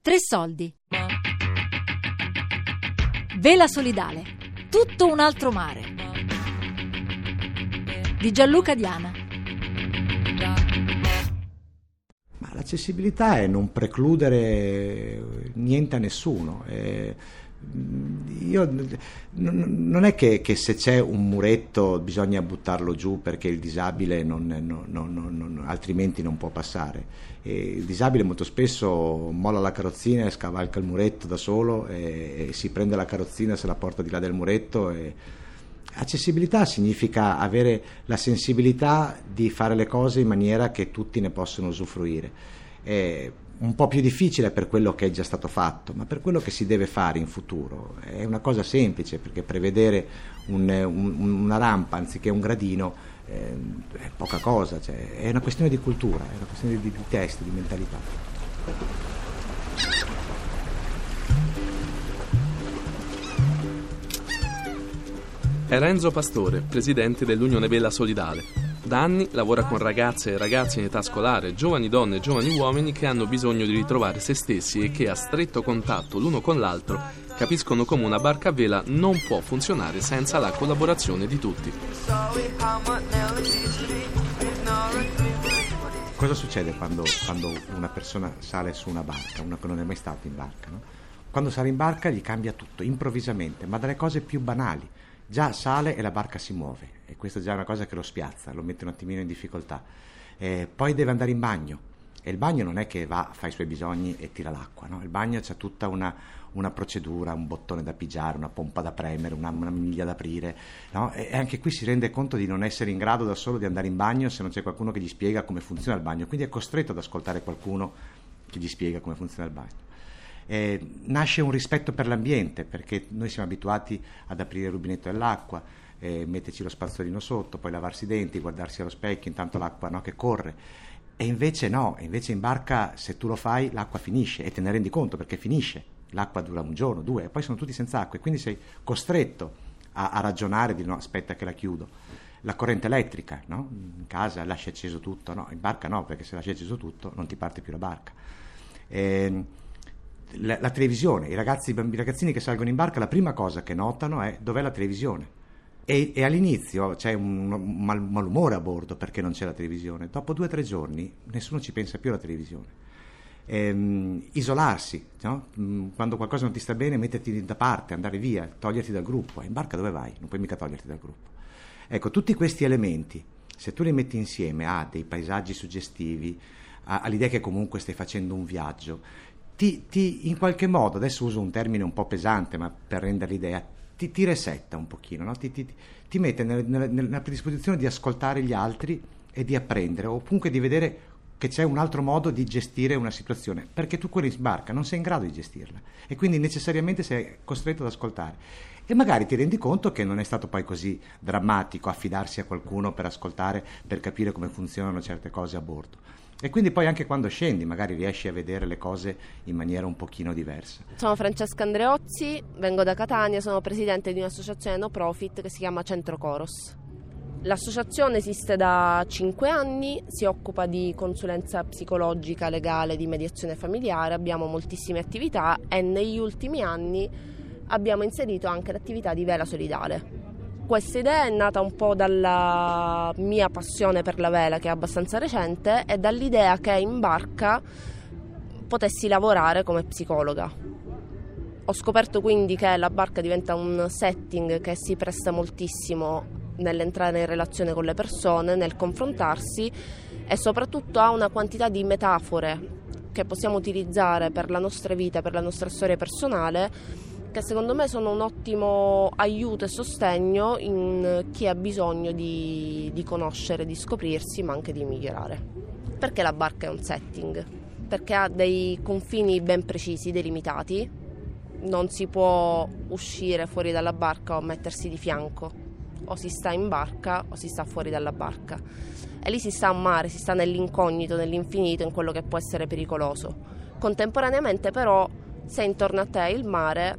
Tre soldi. Vela solidale. Tutto un altro mare. Di Gianluca Diana. Ma l'accessibilità è non precludere niente a nessuno. Non è che se c'è un muretto bisogna buttarlo giù perché il disabile altrimenti non può passare. Il disabile molto spesso molla la carrozzina e scavalca il muretto da solo e si prende la carrozzina, se la porta di là del muretto. Accessibilità significa avere la sensibilità di fare le cose in maniera che tutti ne possono usufruire. È un po' più difficile per quello che è già stato fatto, ma per quello che si deve fare in futuro è una cosa semplice, perché prevedere una rampa anziché un gradino è poca cosa, cioè, è una questione di cultura, è una questione di testi, di mentalità. È Renzo Pastore, presidente dell'Unione Vela Solidale. Da anni lavora con ragazze e ragazzi in età scolare, giovani donne e giovani uomini che hanno bisogno di ritrovare se stessi e che a stretto contatto l'uno con l'altro capiscono come una barca a vela non può funzionare senza la collaborazione di tutti. Cosa succede quando una persona sale su una barca, una che non è mai stata in barca, no? Quando sale in barca gli cambia tutto, improvvisamente, ma dalle cose più banali. Già sale e la barca si muove, e questa è già una cosa che lo spiazza, lo mette un attimino in difficoltà. Poi deve andare in bagno, e il bagno non è che fa i suoi bisogni e tira l'acqua, no? Il bagno c'ha tutta una procedura, un bottone da pigiare, una pompa da premere, una maniglia da aprire, no? E anche qui si rende conto di non essere in grado da solo di andare in bagno se non c'è qualcuno che gli spiega come funziona il bagno, quindi è costretto ad ascoltare qualcuno che gli spiega come funziona il bagno. Nasce un rispetto per l'ambiente, perché noi siamo abituati ad aprire il rubinetto dell'acqua, metterci lo spazzolino sotto, poi lavarsi i denti, guardarsi allo specchio, intanto l'acqua, no, che corre. E invece no, invece in barca se tu lo fai l'acqua finisce, e te ne rendi conto perché finisce, l'acqua dura un giorno, due, e poi sono tutti senza acqua, e quindi sei costretto a ragionare di no, aspetta che la chiudo. La corrente elettrica, no? In casa lasci acceso tutto, no? In barca no, perché se lasci acceso tutto non ti parte più la barca. La televisione, i ragazzini che salgono in barca, la prima cosa che notano è dov'è la televisione, e all'inizio c'è un malumore a bordo perché non c'è la televisione. Dopo 2 o 3 giorni nessuno ci pensa più alla televisione. Isolarsi, no? Quando qualcosa non ti sta bene, metterti da parte, andare via, toglierti dal gruppo. In barca dove vai? Non puoi mica toglierti dal gruppo. Ecco, tutti questi elementi, se tu li metti insieme a dei paesaggi suggestivi, all'idea che comunque stai facendo un viaggio, ti in qualche modo, adesso uso un termine un po' pesante, ma per rendere l'idea, ti resetta un pochino, no? Ti mette nella predisposizione di ascoltare gli altri e di apprendere, o comunque di vedere che c'è un altro modo di gestire una situazione, perché tu quelli in barca non sei in grado di gestirla, e quindi necessariamente sei costretto ad ascoltare, e magari ti rendi conto che non è stato poi così drammatico affidarsi a qualcuno per ascoltare, per capire come funzionano certe cose a bordo. E quindi poi anche quando scendi magari riesci a vedere le cose in maniera un pochino diversa. Sono Francesca Andreozzi, vengo da Catania, sono presidente di un'associazione no profit che si chiama Centro Coros. L'associazione esiste da 5 anni, si occupa di consulenza psicologica, legale, di mediazione familiare, abbiamo moltissime attività e negli ultimi anni abbiamo inserito anche l'attività di vela solidale. Questa idea è nata un po' dalla mia passione per la vela, che è abbastanza recente, e dall'idea che in barca potessi lavorare come psicologa. Ho scoperto quindi che la barca diventa un setting che si presta moltissimo nell'entrare in relazione con le persone, nel confrontarsi, e soprattutto ha una quantità di metafore che possiamo utilizzare per la nostra vita, per la nostra storia personale, che secondo me sono un ottimo aiuto e sostegno in chi ha bisogno di conoscere, di scoprirsi, ma anche di migliorare. Perché la barca è un setting? Perché ha dei confini ben precisi, delimitati, non si può uscire fuori dalla barca o mettersi di fianco, o si sta in barca o si sta fuori dalla barca, e lì si sta a mare, si sta nell'incognito, nell'infinito, in quello che può essere pericoloso. Contemporaneamente però, se intorno a te il mare,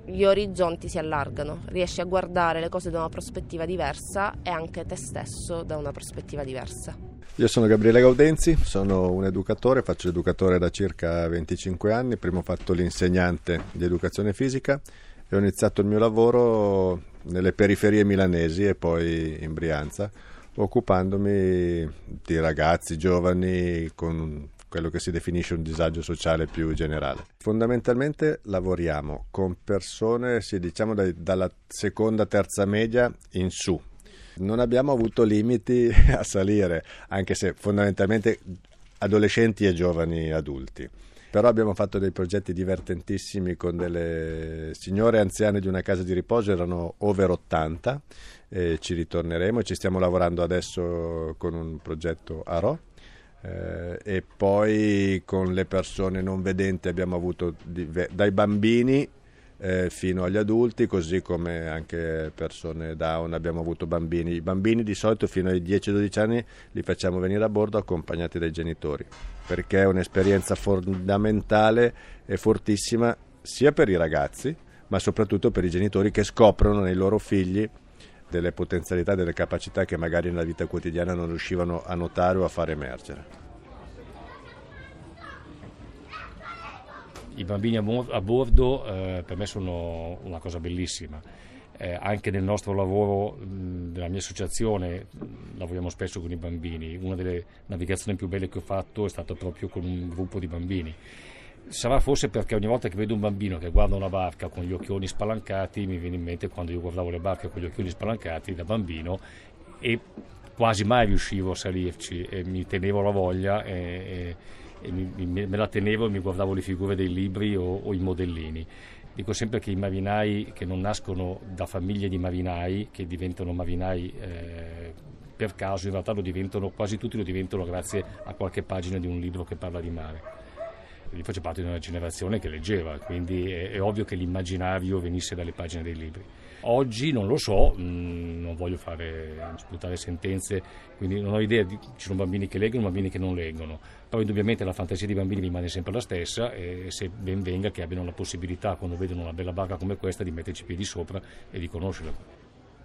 gli orizzonti si allargano, riesci a guardare le cose da una prospettiva diversa e anche te stesso da una prospettiva diversa. Io sono Gabriele Gaudenzi, sono un educatore, faccio educatore da circa 25 anni, prima ho fatto l'insegnante di educazione fisica e ho iniziato il mio lavoro nelle periferie milanesi e poi in Brianza, occupandomi di ragazzi, giovani con quello che si definisce un disagio sociale più generale. Fondamentalmente lavoriamo con persone, diciamo dalla seconda, terza media in su. Non abbiamo avuto limiti a salire, anche se fondamentalmente adolescenti e giovani adulti. Però abbiamo fatto dei progetti divertentissimi con delle signore anziane di una casa di riposo, erano over 80, e ci ritorneremo e ci stiamo lavorando adesso con un progetto a Rho. E poi con le persone non vedenti abbiamo avuto dai bambini fino agli adulti, così come anche persone Down abbiamo avuto bambini. I bambini di solito fino ai 10-12 anni li facciamo venire a bordo accompagnati dai genitori, perché è un'esperienza fondamentale e fortissima sia per i ragazzi ma soprattutto per i genitori, che scoprono nei loro figli delle potenzialità, delle capacità che magari nella vita quotidiana non riuscivano a notare o a far emergere. I bambini a bordo per me sono una cosa bellissima. Anche nel nostro lavoro della mia associazione lavoriamo spesso con i bambini. Una delle navigazioni più belle che ho fatto è stata proprio con un gruppo di bambini. Sarà forse perché ogni volta che vedo un bambino che guarda una barca con gli occhioni spalancati mi viene in mente quando io guardavo le barche con gli occhioni spalancati da bambino e quasi mai riuscivo a salirci e mi tenevo la voglia e me la tenevo e mi guardavo le figure dei libri o i modellini. Dico sempre che i marinai che non nascono da famiglie di marinai, che diventano marinai per caso, in realtà quasi tutti lo diventano grazie a qualche pagina di un libro che parla di mare. Io faccio parte di una generazione che leggeva, quindi è ovvio che l'immaginario venisse dalle pagine dei libri. Oggi non lo so, non voglio sputare sentenze, quindi non ho idea, ci sono bambini che leggono e bambini che non leggono, però indubbiamente la fantasia dei bambini rimane sempre la stessa e se ben venga che abbiano la possibilità, quando vedono una bella barca come questa, di metterci i piedi sopra e di conoscerla.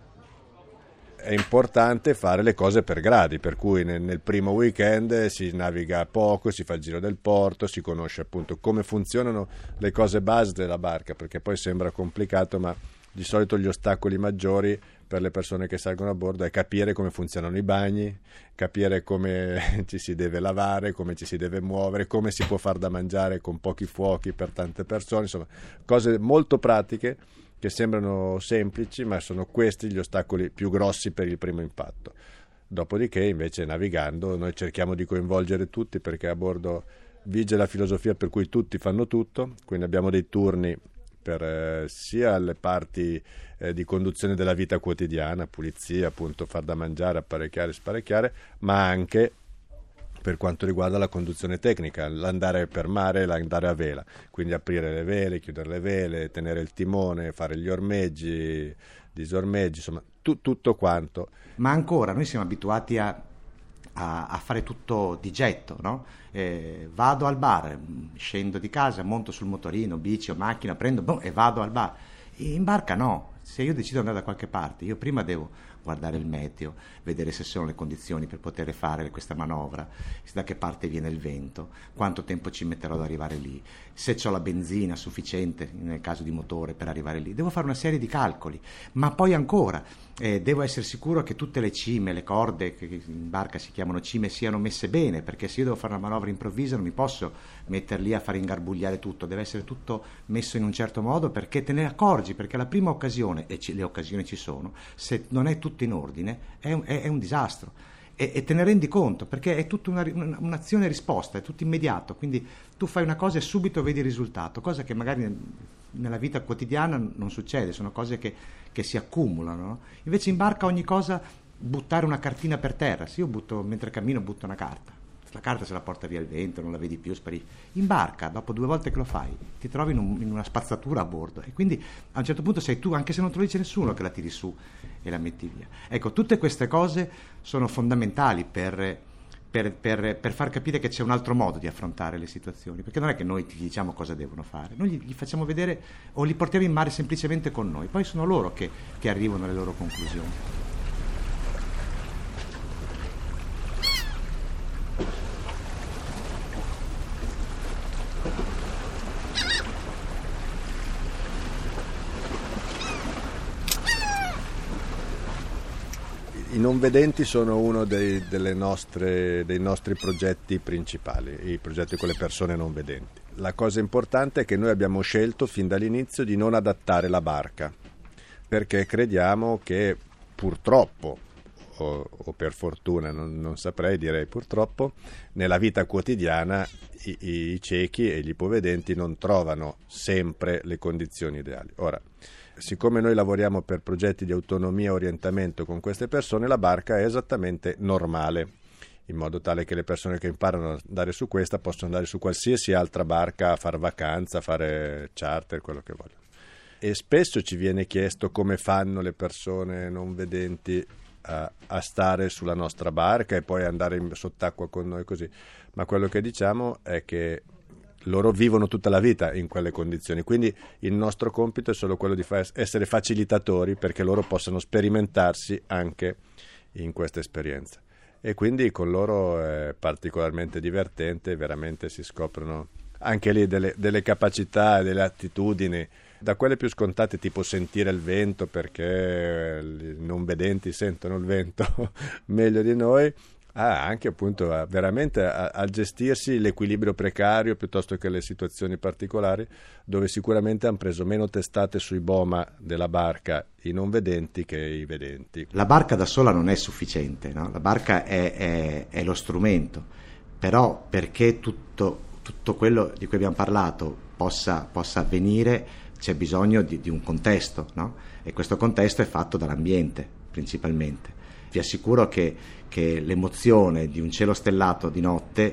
È importante fare le cose per gradi, per cui nel primo weekend si naviga poco, si fa il giro del porto, si conosce appunto come funzionano le cose base della barca, perché poi sembra complicato, ma di solito gli ostacoli maggiori per le persone che salgono a bordo è capire come funzionano i bagni, capire come ci si deve lavare, come ci si deve muovere, come si può far da mangiare con pochi fuochi per tante persone, insomma cose molto pratiche che sembrano semplici, ma sono questi gli ostacoli più grossi per il primo impatto. Dopodiché, invece, navigando, noi cerchiamo di coinvolgere tutti, perché a bordo vige la filosofia per cui tutti fanno tutto, quindi abbiamo dei turni per sia le parti di conduzione della vita quotidiana, pulizia, appunto, far da mangiare, apparecchiare, sparecchiare, ma anche per quanto riguarda la conduzione tecnica, l'andare per mare e l'andare a vela, quindi aprire le vele, chiudere le vele, tenere il timone, fare gli ormeggi, disormeggi, insomma tutto quanto. Ma ancora noi siamo abituati a fare tutto di getto, no? Vado al bar, scendo di casa, monto sul motorino, bici o macchina, prendo e vado al bar. In barca no, se io decido di andare da qualche parte, io prima devo guardare il meteo, vedere se sono le condizioni per poter fare questa manovra, da che parte viene il vento, quanto tempo ci metterò ad arrivare lì, se ho la benzina sufficiente nel caso di motore per arrivare lì. Devo fare una serie di calcoli, ma poi ancora devo essere sicuro che tutte le cime, le corde che in barca si chiamano cime, siano messe bene, perché se io devo fare una manovra improvvisa non mi posso mettere lì a fare ingarbugliare tutto, deve essere tutto messo in un certo modo, perché te ne accorgi, perché la prima occasione, e le occasioni ci sono, se non è tutto in ordine è un disastro e te ne rendi conto, perché è tutta un'azione e risposta, è tutto immediato, quindi tu fai una cosa e subito vedi il risultato, cosa che magari nella vita quotidiana non succede, sono cose che si accumulano, no? Invece in barca ogni cosa, buttare una cartina per terra, se io mentre cammino butto una carta, la carta se la porta via il vento, non la vedi più, sparisce. In barca, dopo 2 volte che lo fai, ti trovi in una spazzatura a bordo e quindi a un certo punto sei tu, anche se non te lo dice nessuno, che la tiri su e la metti via. Ecco, tutte queste cose sono fondamentali per per far capire che c'è un altro modo di affrontare le situazioni, perché non è che noi ti diciamo cosa devono fare, noi gli facciamo vedere o li portiamo in mare semplicemente con noi, poi sono loro che arrivano alle loro conclusioni. I non vedenti sono uno dei nostri progetti principali, i progetti con le persone non vedenti. La cosa importante è che noi abbiamo scelto fin dall'inizio di non adattare la barca, perché crediamo che purtroppo, o per fortuna, non saprei, direi purtroppo, nella vita quotidiana i ciechi e gli ipovedenti non trovano sempre le condizioni ideali. Ora, siccome noi lavoriamo per progetti di autonomia e orientamento con queste persone, la barca è esattamente normale, in modo tale che le persone che imparano ad andare su questa possono andare su qualsiasi altra barca a fare vacanza, a fare charter, quello che vogliono. E spesso ci viene chiesto come fanno le persone non vedenti a stare sulla nostra barca e poi andare sott'acqua con noi così, ma quello che diciamo è che loro vivono tutta la vita in quelle condizioni, quindi il nostro compito è solo quello di essere facilitatori perché loro possano sperimentarsi anche in questa esperienza, e quindi con loro è particolarmente divertente, veramente si scoprono anche lì delle capacità e delle attitudini, da quelle più scontate tipo sentire il vento, perché i non vedenti sentono il vento meglio di noi, anche appunto veramente a gestirsi l'equilibrio precario piuttosto che le situazioni particolari, dove sicuramente hanno preso meno testate sui boma della barca i non vedenti che i vedenti. La barca da sola non è sufficiente, no? La barca è lo strumento, però perché tutto quello di cui abbiamo parlato possa avvenire c'è bisogno di un contesto, no? E questo contesto è fatto dall'ambiente principalmente. Vi assicuro che l'emozione di un cielo stellato di notte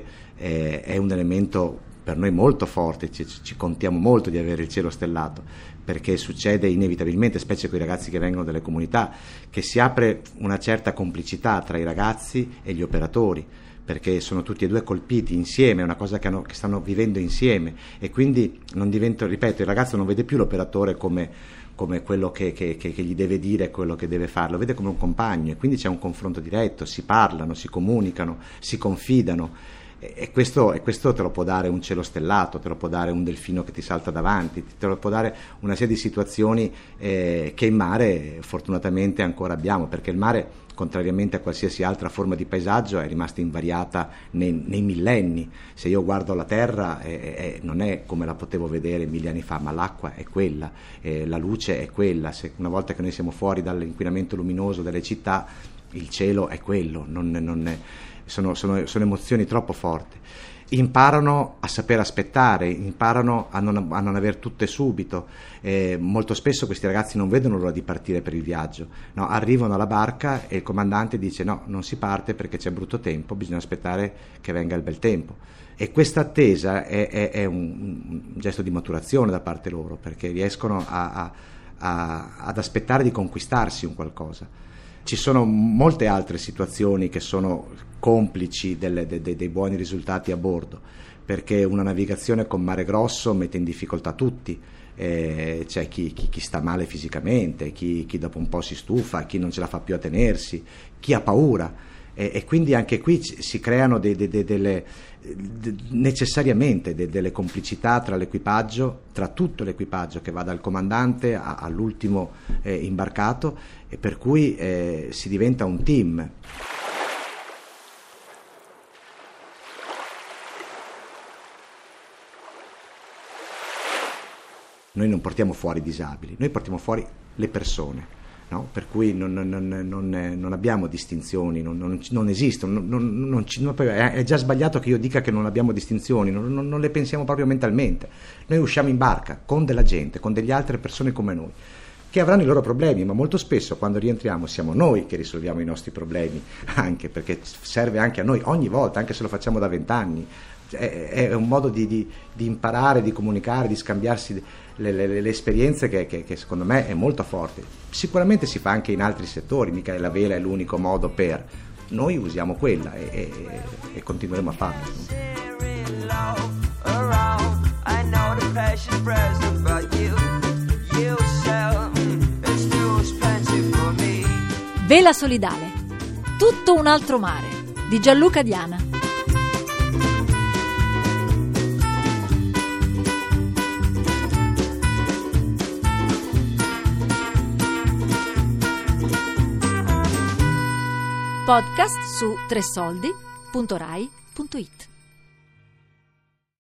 è un elemento per noi molto forte, ci contiamo molto di avere il cielo stellato, perché succede inevitabilmente, specie con i ragazzi che vengono dalle comunità, che si apre una certa complicità tra i ragazzi e gli operatori, perché sono tutti e due colpiti insieme, è una cosa che stanno vivendo insieme, e quindi non diventa, ripeto, il ragazzo non vede più l'operatore come quello che gli deve dire, quello che deve fare, lo vede come un compagno, e quindi c'è un confronto diretto, si parlano, si comunicano, si confidano, e questo te lo può dare un cielo stellato, te lo può dare un delfino che ti salta davanti, te lo può dare una serie di situazioni che in mare fortunatamente ancora abbiamo, perché il mare, contrariamente a qualsiasi altra forma di paesaggio, è rimasta invariata nei millenni. Se io guardo la terra non è come la potevo vedere 1000 anni fa, ma l'acqua è quella, la luce è quella. Una volta che noi siamo fuori dall'inquinamento luminoso delle città, il cielo è quello, sono emozioni troppo forti. Imparano a saper aspettare, imparano a non aver tutte subito. Molto spesso questi ragazzi non vedono l'ora di partire per il viaggio, no? Arrivano alla barca e il comandante dice no, non si parte perché c'è brutto tempo, bisogna aspettare che venga il bel tempo, e questa attesa è un gesto di maturazione da parte loro, perché riescono ad aspettare di conquistarsi un qualcosa. Ci sono molte altre situazioni che sono complici dei buoni risultati a bordo, perché una navigazione con mare grosso mette in difficoltà tutti. C'è chi sta male fisicamente, chi dopo un po' si stufa, chi non ce la fa più a tenersi, chi ha paura, e quindi anche qui si creano necessariamente delle complicità tra l'equipaggio, tra tutto l'equipaggio che va dal comandante all'ultimo imbarcato, e per cui si diventa un team. Noi non portiamo fuori i disabili, noi portiamo fuori le persone, no? Per cui non abbiamo distinzioni, non esistono, è già sbagliato che io dica che non abbiamo distinzioni, non le pensiamo proprio mentalmente. Noi usciamo in barca con della gente, con delle altre persone come noi, che avranno i loro problemi, ma molto spesso quando rientriamo siamo noi che risolviamo i nostri problemi, anche perché serve anche a noi ogni volta, anche se lo facciamo da 20 anni. È un modo di imparare, di comunicare, di scambiarsi le esperienze che secondo me è molto forte. Sicuramente si fa anche in altri settori, mica la vela è l'unico modo per, noi usiamo quella e continueremo a farlo. Vela Solidale, tutto un altro mare, di Gianluca Diana. Podcast su tresoldi.rai.it.